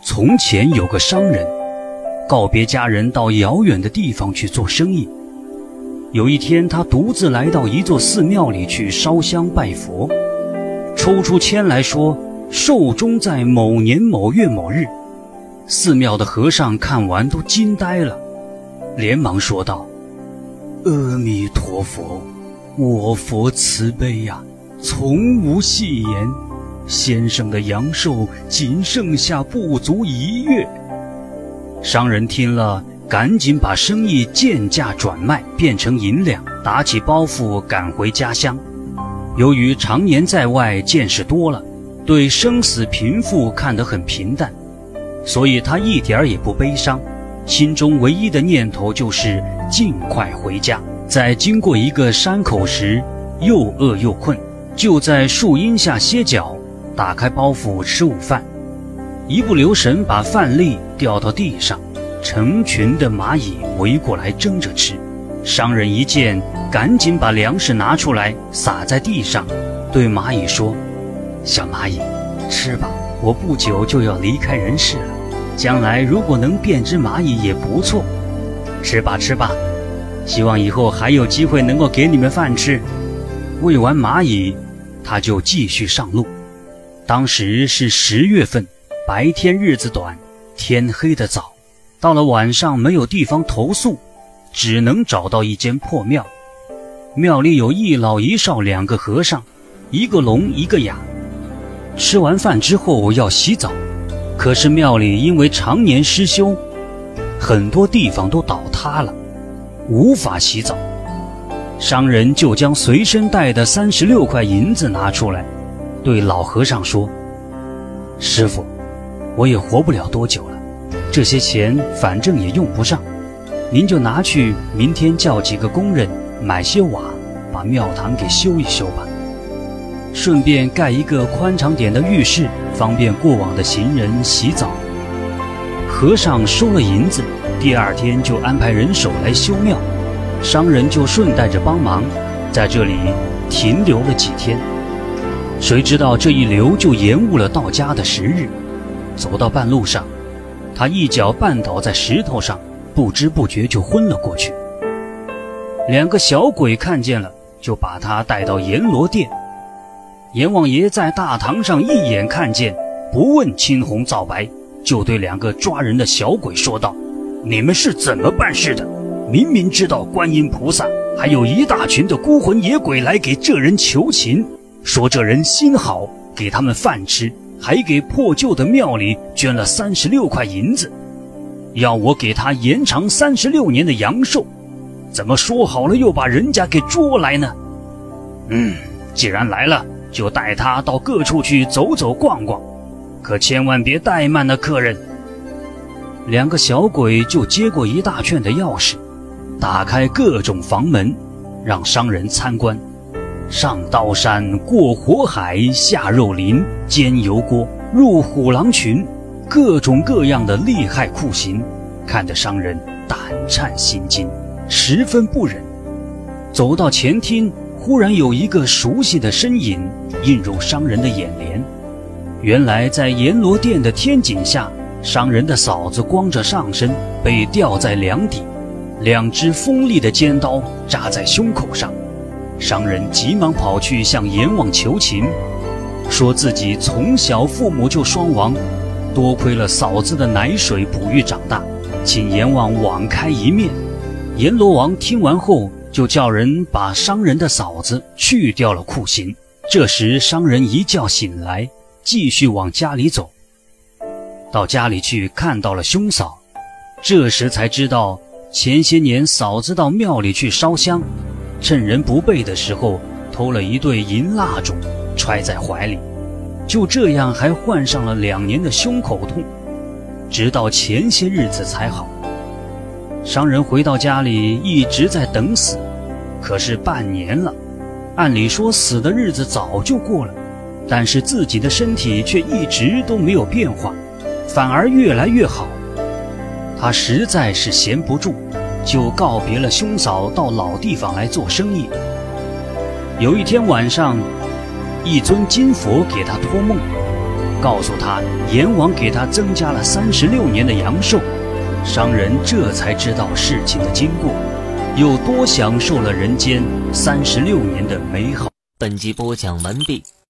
从前有个商人，告别家人到遥远的地方去做生意。有一天，他独自来到一座寺庙里去烧香拜佛，抽出签来说寿终在某年某月某日。寺庙的和尚看完都惊呆了，连忙说道：阿弥陀佛，我佛慈悲呀，从无戏言，先生的阳寿仅剩下不足1月。商人听了，赶紧把生意贱价转卖，变成银两，打起包袱赶回家乡。由于常年在外，见识多了，对生死贫富看得很平淡，所以他一点也不悲伤，心中唯一的念头就是尽快回家。在经过一个山口时，又饿又困，就在树荫下歇脚，打开包袱吃午饭，一不留神把饭粒掉到地上，成群的蚂蚁围过来争着吃。商人一见，赶紧把粮食拿出来撒在地上，对蚂蚁说：小蚂蚁，吃吧，我不久就要离开人世了，将来如果能变只蚂蚁也不错。吃吧吃吧，希望以后还有机会能够给你们饭吃。喂完蚂蚁，他就继续上路。当时是10月份，白天日子短，天黑得早。到了晚上没有地方投宿，只能找到一间破庙。庙里有一老一少2个和尚，一个聋一个哑。吃完饭之后要洗澡，可是庙里因为常年失修，很多地方都倒塌了，无法洗澡。商人就将随身带的36块银子拿出来，对老和尚说：师父，我也活不了多久了，这些钱反正也用不上，您就拿去明天叫几个工人买些瓦，把庙堂给修一修吧，顺便盖一个宽敞点的浴室，方便过往的行人洗澡。和尚收了银子，第2天就安排人手来修庙，商人就顺带着帮忙，在这里停留了几天。谁知道这一留就延误了到家的时日。走到半路上，他一脚绊倒在石头上，不知不觉就昏了过去。2个小鬼看见了，就把他带到阎罗殿。阎王爷在大堂上一眼看见，不问青红皂白，就对2个抓人的小鬼说道：你们是怎么办事的？明明知道观音菩萨还有一大群的孤魂野鬼来给这人求情，说这人心好，给他们饭吃，还给破旧的庙里捐了36块银子，要我给他延长36年的阳寿，怎么说好了又把人家给捉来呢？既然来了，就带他到各处去走走逛逛，可千万别怠慢了客人。2个小鬼就接过一大圈的钥匙，打开各种房门，让商人参观。上刀山，过火海，下肉林，煎油锅，入虎狼群，各种各样的厉害酷刑，看得商人胆颤心惊，十分不忍。走到前厅，忽然有一个熟悉的身影映入商人的眼帘。原来在阎罗殿的天井下，商人的嫂子光着上身，被吊在梁底，2只锋利的尖刀扎在胸口上。商人急忙跑去向阎王求情，说自己从小父母就双亡，多亏了嫂子的奶水哺育长大，请阎王网开一面。阎罗王听完后，就叫人把商人的嫂子去掉了酷刑。这时商人一觉醒来，继续往家里走。到家里去看到了兄嫂，这时才知道前些年嫂子到庙里去烧香，趁人不备的时候偷了一对银蜡烛揣在怀里，就这样还患上了2年的胸口痛，直到前些日子才好。商人回到家里一直在等死，可是半年了，按理说死的日子早就过了，但是自己的身体却一直都没有变化，反而越来越好。他实在是闲不住，就告别了兄嫂，到老地方来做生意。有一天晚上，一尊金佛给他托梦， 告诉他阎王给他增加了36年的阳寿。商人这才知道事情的经过，又多享受了人间36年的美好。 本集播讲完毕，